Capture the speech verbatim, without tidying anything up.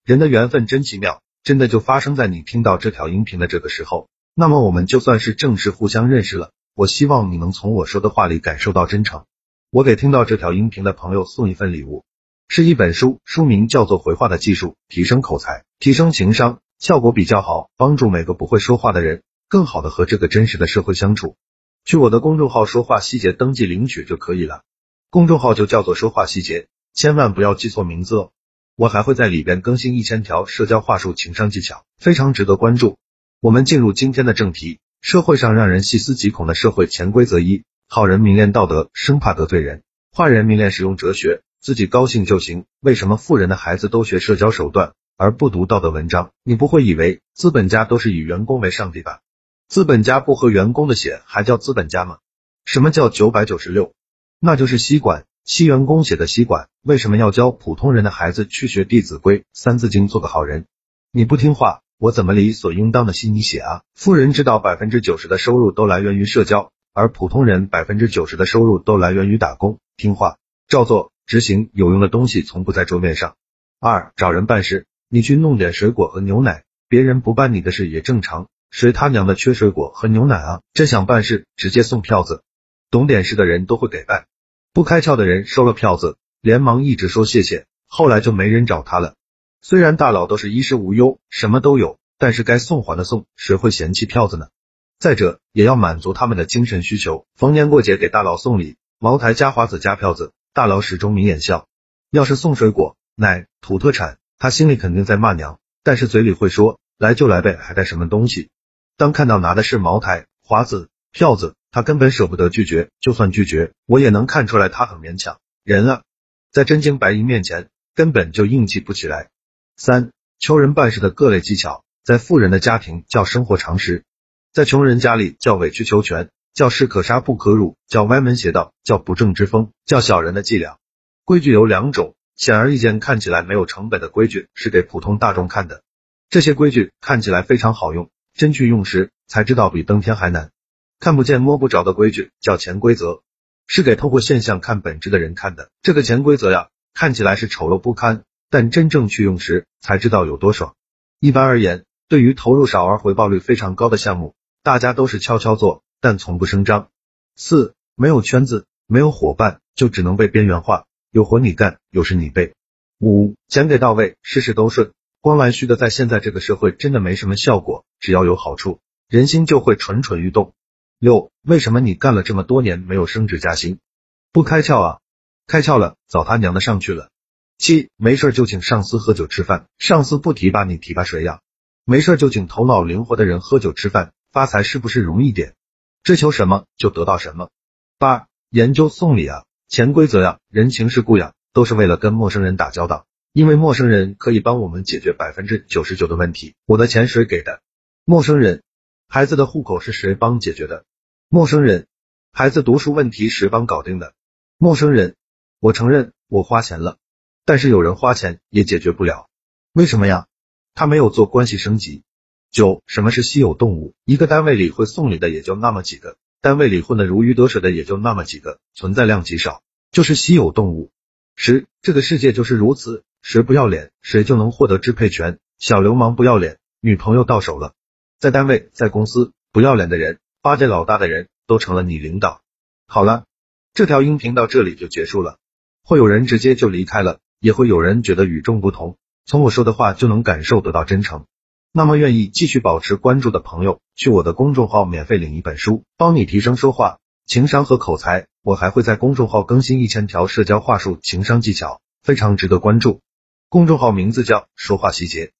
人的缘分真奇妙，真的就发生在你听到这条音频的这个时候。那么我们就算是正式互相认识了，我希望你能从我说的话里感受到真诚。我给听到这条音频的朋友送一份礼物，是一本书，书名叫做《回话的技术：提升口才，提升情商》，效果比较好，帮助每个不会说话的人更好的和这个真实的社会相处。去我的公众号说话细节登记领取就可以了，公众号就叫做说话细节，千万不要记错名字哦。我还会在里边更新一千条社交话术情商技巧，非常值得关注。我们进入今天的正题，社会上让人细思极恐的社会潜规则一，好人明练道德，生怕得罪人；坏人明练使用哲学，自己高兴就行。为什么富人的孩子都学社交手段，而不读道德文章？你不会以为资本家都是以员工为上帝吧？资本家不喝员工的血还叫资本家吗？什么叫九百九十六？那就是吸管，吸员工血的吸管。为什么要教普通人的孩子去学弟子规、三字经，做个好人？你不听话，我怎么理所应当的吸你血啊？富人知道 百分之九十 的收入都来源于社交，而普通人 百分之九十 的收入都来源于打工。听话，照做，执行，有用的东西从不在桌面上。二，找人办事，你去弄点水果和牛奶，别人不办你的事也正常，谁他娘的缺水果和牛奶啊？真想办事，直接送票子。懂点事的人都会给办，不开窍的人收了票子，连忙一直说谢谢，后来就没人找他了。虽然大佬都是衣食无忧，什么都有，但是该送还的送，谁会嫌弃票子呢？再者，也要满足他们的精神需求，逢年过节给大佬送礼，茅台加花子加票子，大佬始终明眼笑。要是送水果、奶、土特产，他心里肯定在骂娘，但是嘴里会说来就来呗，还带什么东西。当看到拿的是茅台、花子、票子，他根本舍不得拒绝，就算拒绝，我也能看出来他很勉强。人啊，在真金白银面前，根本就硬气不起来。三，求人办事的各类技巧，在富人的家庭叫生活常识，在穷人家里叫委曲求全，叫士可杀不可辱，叫歪门邪道，叫不正之风，叫小人的伎俩。规矩有两种，显而易见看起来没有成本的规矩是给普通大众看的，这些规矩看起来非常好用，真去用时才知道比登天还难。看不见摸不着的规矩叫潜规则，是给透过现象看本质的人看的。这个潜规则呀，看起来是丑陋不堪，但真正去用时才知道有多爽。一般而言，对于投入少而回报率非常高的项目，大家都是悄悄做，但从不声张。四，没有圈子，没有伙伴，就只能被边缘化，有活你干，有事你背。五，钱给到位，事事都顺，光来虚的在现在这个社会真的没什么效果，只要有好处，人心就会蠢蠢欲动。六，为什么你干了这么多年没有升职加薪？不开窍啊，开窍了，早他娘的上去了。七，没事就请上司喝酒吃饭，上司不提拔你提拔谁呀？没事就请头脑灵活的人喝酒吃饭，发财是不是容易点？追求什么就得到什么。八，研究送礼啊，潜规则呀，人情世故呀，都是为了跟陌生人打交道，因为陌生人可以帮我们解决 百分之九十九 的问题。我的钱谁给的？陌生人。孩子的户口是谁帮解决的？陌生人。孩子读书问题谁帮搞定的？陌生人。我承认我花钱了，但是有人花钱也解决不了，为什么呀？他没有做关系升级。九，什么是稀有动物？一个单位里会送礼的也就那么几个，单位里混得如鱼得水的也就那么几个，存在量极少，就是稀有动物。十，这个世界就是如此，谁不要脸谁就能获得支配权，小流氓不要脸，女朋友到手了。在单位在公司，不要脸的人，巴结老大的人都成了你领导。好了，这条音频到这里就结束了，会有人直接就离开了，也会有人觉得与众不同，从我说的话就能感受得到真诚。那么愿意继续保持关注的朋友，去我的公众号免费领一本书，帮你提升说话、情商和口才。我还会在公众号更新一千条社交话术情商技巧，非常值得关注。公众号名字叫说话细节。